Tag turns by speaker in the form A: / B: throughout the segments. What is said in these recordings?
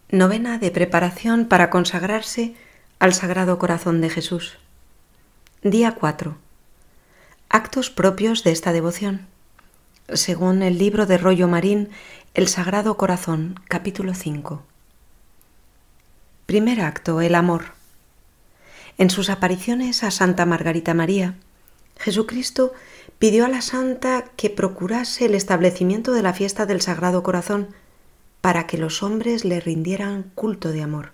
A: Novena de preparación para consagrarse al Sagrado Corazón de Jesús. Día 4. Actos propios de esta devoción. Según el libro de Rollo Marín, El Sagrado Corazón, capítulo 5. Primer acto, el amor. En sus apariciones a Santa Margarita María, Jesucristo pidió a la santa que procurase el establecimiento de la fiesta del Sagrado Corazón para que los hombres le rindieran culto de amor.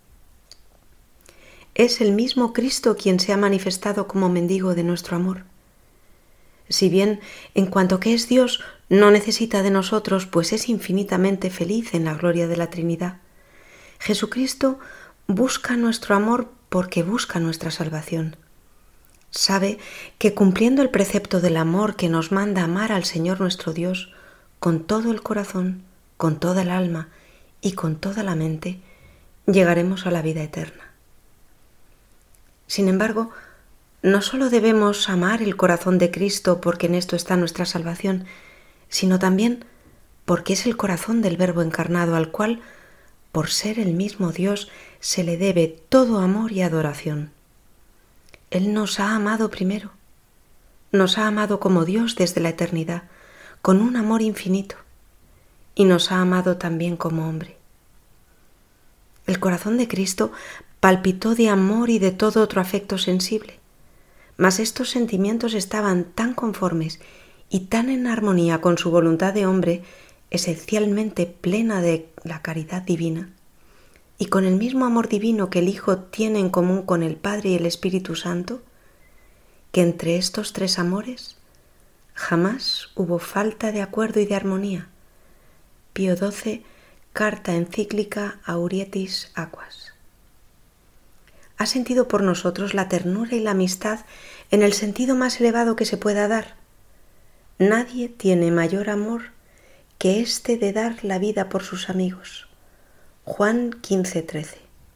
A: Es el mismo Cristo quien se ha manifestado como mendigo de nuestro amor. Si bien, en cuanto que es Dios, no necesita de nosotros, pues es infinitamente feliz en la gloria de la Trinidad, Jesucristo busca nuestro amor porque busca nuestra salvación. Sabe que cumpliendo el precepto del amor que nos manda amar al Señor nuestro Dios con todo el corazón, con toda el alma y con toda la mente, llegaremos a la vida eterna. Sin embargo, no solo debemos amar el corazón de Cristo porque en esto está nuestra salvación, sino también porque es el corazón del Verbo encarnado al cual, por ser el mismo Dios, se le debe todo amor y adoración. Él nos ha amado primero, nos ha amado como Dios desde la eternidad, con un amor infinito, y nos ha amado también como hombre. El corazón de Cristo palpitó de amor y de todo otro afecto sensible, mas estos sentimientos estaban tan conformes y tan en armonía con su voluntad de hombre, esencialmente plena de la caridad divina, y con el mismo amor divino que el Hijo tiene en común con el Padre y el Espíritu Santo, que entre estos tres amores jamás hubo falta de acuerdo y de armonía. Pío XII, Carta encíclica Aurietis Aquas. Ha sentido por nosotros la ternura y la amistad en el sentido más elevado que se pueda dar. Nadie tiene mayor amor que este de dar la vida por sus amigos. Juan 15:13.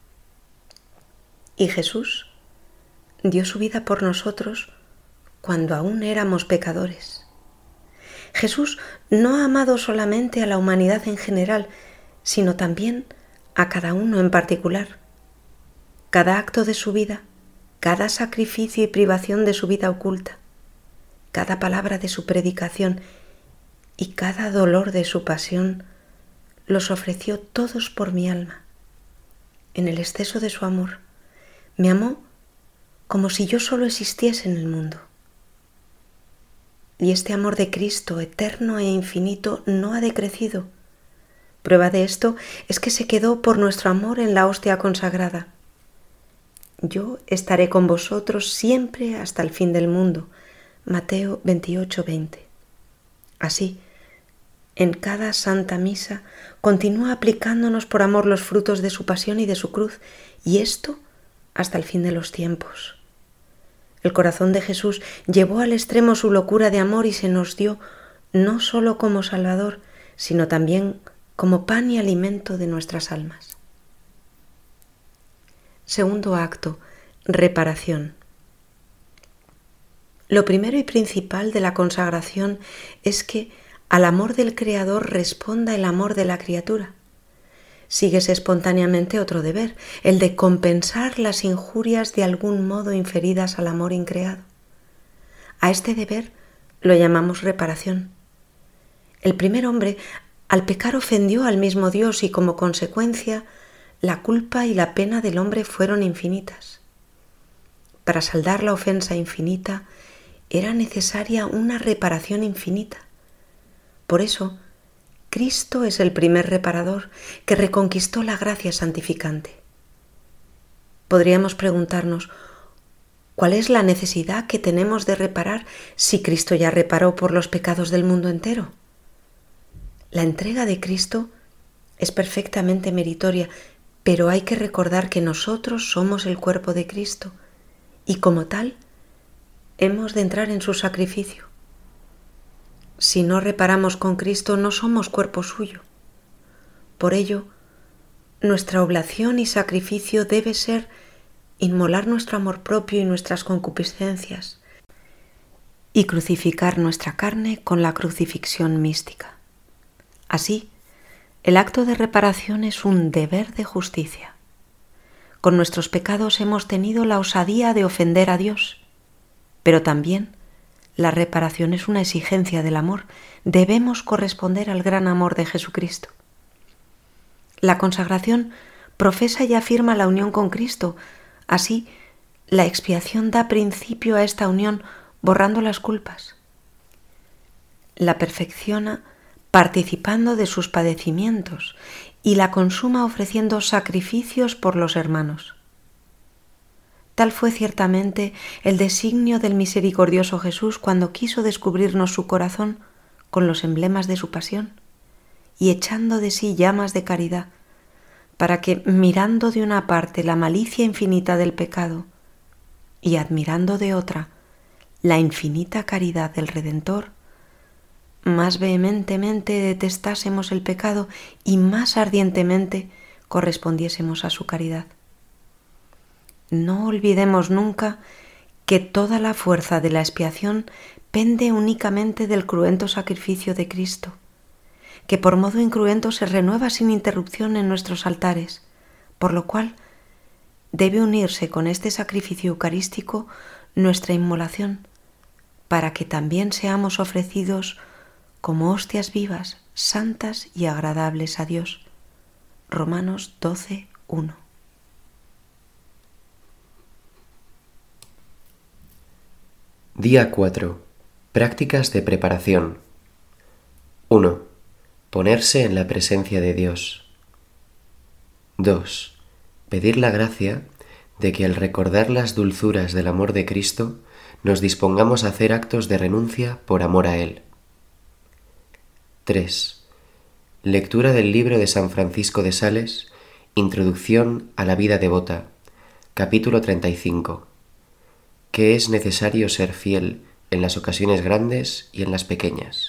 A: Y Jesús dio su vida por nosotros cuando aún éramos pecadores. Jesús no ha amado solamente a la humanidad en general, sino también a cada uno en particular. Cada acto de su vida, cada sacrificio y privación de su vida oculta, cada palabra de su predicación y cada dolor de su pasión, los ofreció todos por mi alma. En el exceso de su amor, me amó como si yo solo existiese en el mundo. Y este amor de Cristo, eterno e infinito, no ha decrecido. Prueba de esto es que se quedó por nuestro amor en la hostia consagrada. Yo estaré con vosotros siempre hasta el fin del mundo. Mateo 28:20. Así, en cada santa misa, continúa aplicándonos por amor los frutos de su pasión y de su cruz, y esto hasta el fin de los tiempos. El corazón de Jesús llevó al extremo su locura de amor y se nos dio no solo como Salvador, sino también como pan y alimento de nuestras almas. Segundo acto, reparación. Lo primero y principal de la consagración es que al amor del Creador responda el amor de la criatura. Síguese espontáneamente otro deber, el de compensar las injurias de algún modo inferidas al amor increado. A este deber lo llamamos reparación. El primer hombre, al pecar, ofendió al mismo Dios y como consecuencia, la culpa y la pena del hombre fueron infinitas. Para saldar la ofensa infinita, era necesaria una reparación infinita. Por eso, Cristo es el primer reparador que reconquistó la gracia santificante. Podríamos preguntarnos, ¿cuál es la necesidad que tenemos de reparar si Cristo ya reparó por los pecados del mundo entero? La entrega de Cristo es perfectamente meritoria, pero hay que recordar que nosotros somos el cuerpo de Cristo y como tal hemos de entrar en su sacrificio. Si no reparamos con Cristo, no somos cuerpo suyo. Por ello, nuestra oblación y sacrificio debe ser inmolar nuestro amor propio y nuestras concupiscencias y crucificar nuestra carne con la crucifixión mística. Así, El acto de reparación es un deber de justicia. Con nuestros pecados hemos tenido la osadía de ofender a Dios, pero también la reparación es una exigencia del amor. Debemos corresponder al gran amor de Jesucristo. La consagración profesa y afirma la unión con Cristo. Así, la expiación da principio a esta unión borrando las culpas. La perfecciona participando de sus padecimientos y la consuma ofreciendo sacrificios por los hermanos. Tal fue ciertamente el designio del misericordioso Jesús cuando quiso descubrirnos su corazón con los emblemas de su pasión y echando de sí llamas de caridad, para que, mirando de una parte la malicia infinita del pecado y admirando de otra la infinita caridad del Redentor, más vehementemente detestásemos el pecado y más ardientemente correspondiésemos a su caridad. No olvidemos nunca que toda la fuerza de la expiación pende únicamente del cruento sacrificio de Cristo, que por modo incruento se renueva sin interrupción en nuestros altares, por lo cual debe unirse con este sacrificio eucarístico nuestra inmolación, para que también seamos ofrecidos como hostias vivas, santas y agradables a Dios. Romanos 12, 1.
B: Día 4. Prácticas de preparación. 1. Ponerse en la presencia de Dios. 2. Pedir la gracia de que al recordar las dulzuras del amor de Cristo nos dispongamos a hacer actos de renuncia por amor a Él. 3. Lectura del libro de San Francisco de Sales, Introducción a la vida devota, capítulo 35. Que es necesario ser fiel en las ocasiones grandes y en las pequeñas.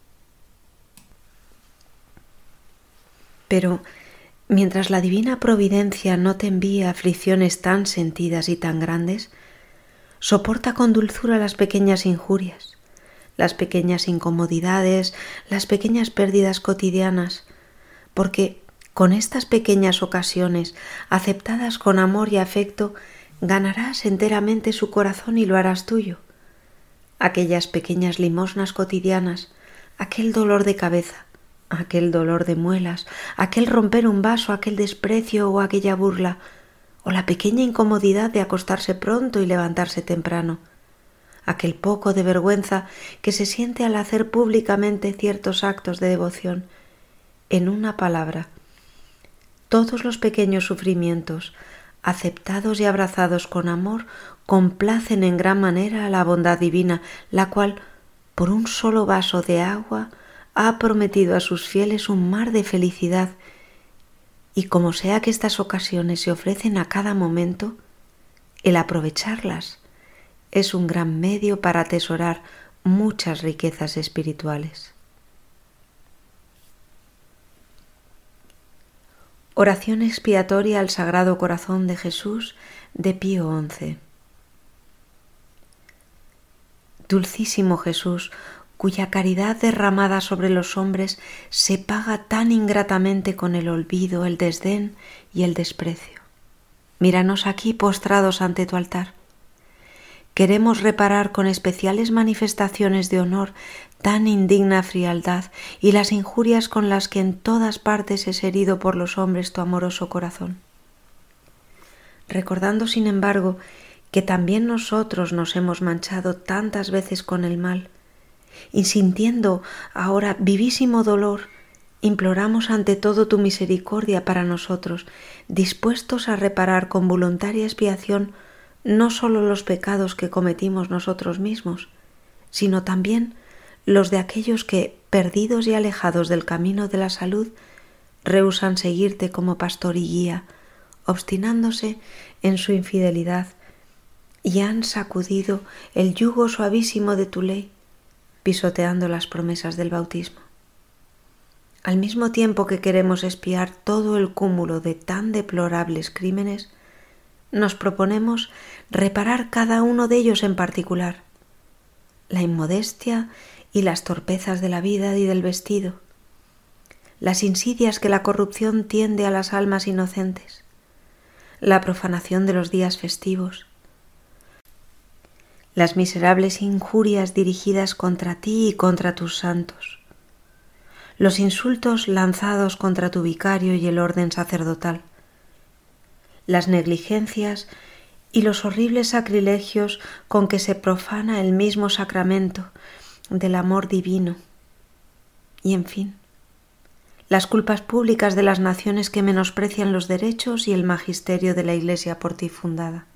A: Pero mientras la divina providencia no te envía aflicciones tan sentidas y tan grandes, soporta con dulzura las pequeñas injurias, las pequeñas incomodidades, las pequeñas pérdidas cotidianas, porque con estas pequeñas ocasiones, aceptadas con amor y afecto, ganarás enteramente su corazón y lo harás tuyo. Aquellas pequeñas limosnas cotidianas, aquel dolor de cabeza, aquel dolor de muelas, aquel romper un vaso, aquel desprecio o aquella burla, o la pequeña incomodidad de acostarse pronto y levantarse temprano, aquel poco de vergüenza que se siente al hacer públicamente ciertos actos de devoción. En una palabra, todos los pequeños sufrimientos, aceptados y abrazados con amor, complacen en gran manera a la bondad divina, la cual, por un solo vaso de agua, ha prometido a sus fieles un mar de felicidad, y como sea que estas ocasiones se ofrecen a cada momento, el aprovecharlas es un gran medio para atesorar muchas riquezas espirituales. Oración expiatoria al Sagrado Corazón de Jesús de Pío XI. Dulcísimo Jesús, cuya caridad derramada sobre los hombres se paga tan ingratamente con el olvido, el desdén y el desprecio. Míranos aquí postrados ante tu altar. Queremos reparar con especiales manifestaciones de honor tan indigna frialdad y las injurias con las que en todas partes es herido por los hombres tu amoroso corazón. Recordando, sin embargo, que también nosotros nos hemos manchado tantas veces con el mal, y sintiendo ahora vivísimo dolor, imploramos ante todo tu misericordia para nosotros, dispuestos a reparar con voluntaria expiación no sólo los pecados que cometimos nosotros mismos, sino también los de aquellos que, perdidos y alejados del camino de la salud, rehúsan seguirte como pastor y guía, obstinándose en su infidelidad, y han sacudido el yugo suavísimo de tu ley, pisoteando las promesas del bautismo. Al mismo tiempo que queremos expiar todo el cúmulo de tan deplorables crímenes, nos proponemos reparar cada uno de ellos en particular: la inmodestia y las torpezas de la vida y del vestido, las insidias que la corrupción tiende a las almas inocentes, la profanación de los días festivos, las miserables injurias dirigidas contra ti y contra tus santos, los insultos lanzados contra tu vicario y el orden sacerdotal, las negligencias y los horribles sacrilegios con que se profana el mismo sacramento del amor divino, y en fin, las culpas públicas de las naciones que menosprecian los derechos y el magisterio de la Iglesia por ti fundada.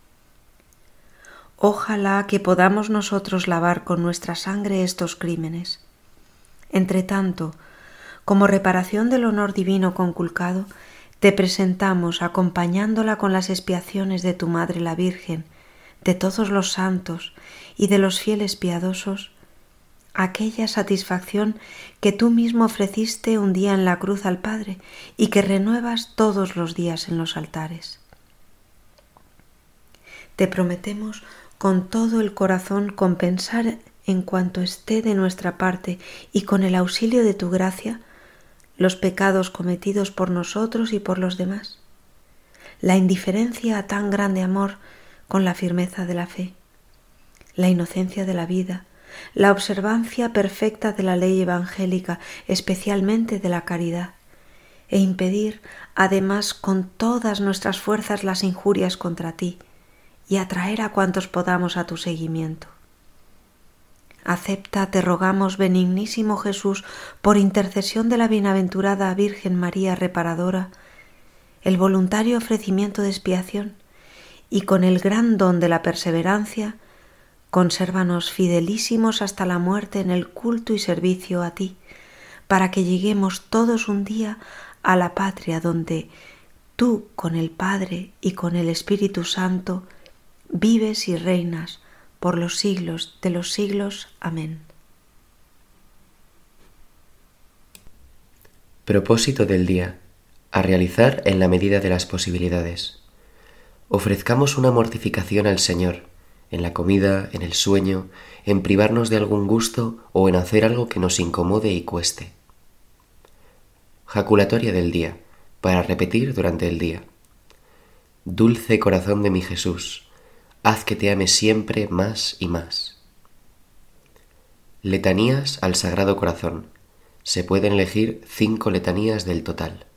A: Ojalá que podamos nosotros lavar con nuestra sangre estos crímenes. Entre tanto, como reparación del honor divino conculcado, te presentamos, acompañándola con las expiaciones de tu Madre la Virgen, de todos los santos y de los fieles piadosos, aquella satisfacción que tú mismo ofreciste un día en la cruz al Padre y que renuevas todos los días en los altares. Te prometemos con todo el corazón compensar en cuanto esté de nuestra parte y con el auxilio de tu gracia los pecados cometidos por nosotros y por los demás, la indiferencia a tan grande amor con la firmeza de la fe, la inocencia de la vida, la observancia perfecta de la ley evangélica, especialmente de la caridad, e impedir además con todas nuestras fuerzas las injurias contra ti y atraer a cuantos podamos a tu seguimiento. Acepta, te rogamos, benignísimo Jesús, por intercesión de la bienaventurada Virgen María Reparadora, el voluntario ofrecimiento de expiación y con el gran don de la perseverancia, consérvanos fidelísimos hasta la muerte en el culto y servicio a ti, para que lleguemos todos un día a la patria donde tú, con el Padre y con el Espíritu Santo, vives y reinas por los siglos de los siglos. Amén.
B: Propósito del día: a realizar en la medida de las posibilidades. Ofrezcamos una mortificación al Señor, en la comida, en el sueño, en privarnos de algún gusto o en hacer algo que nos incomode y cueste. Jaculatoria del día, para repetir durante el día. Dulce corazón de mi Jesús, haz que te ame siempre más y más. Letanías al Sagrado Corazón. Se pueden elegir 5 letanías del total.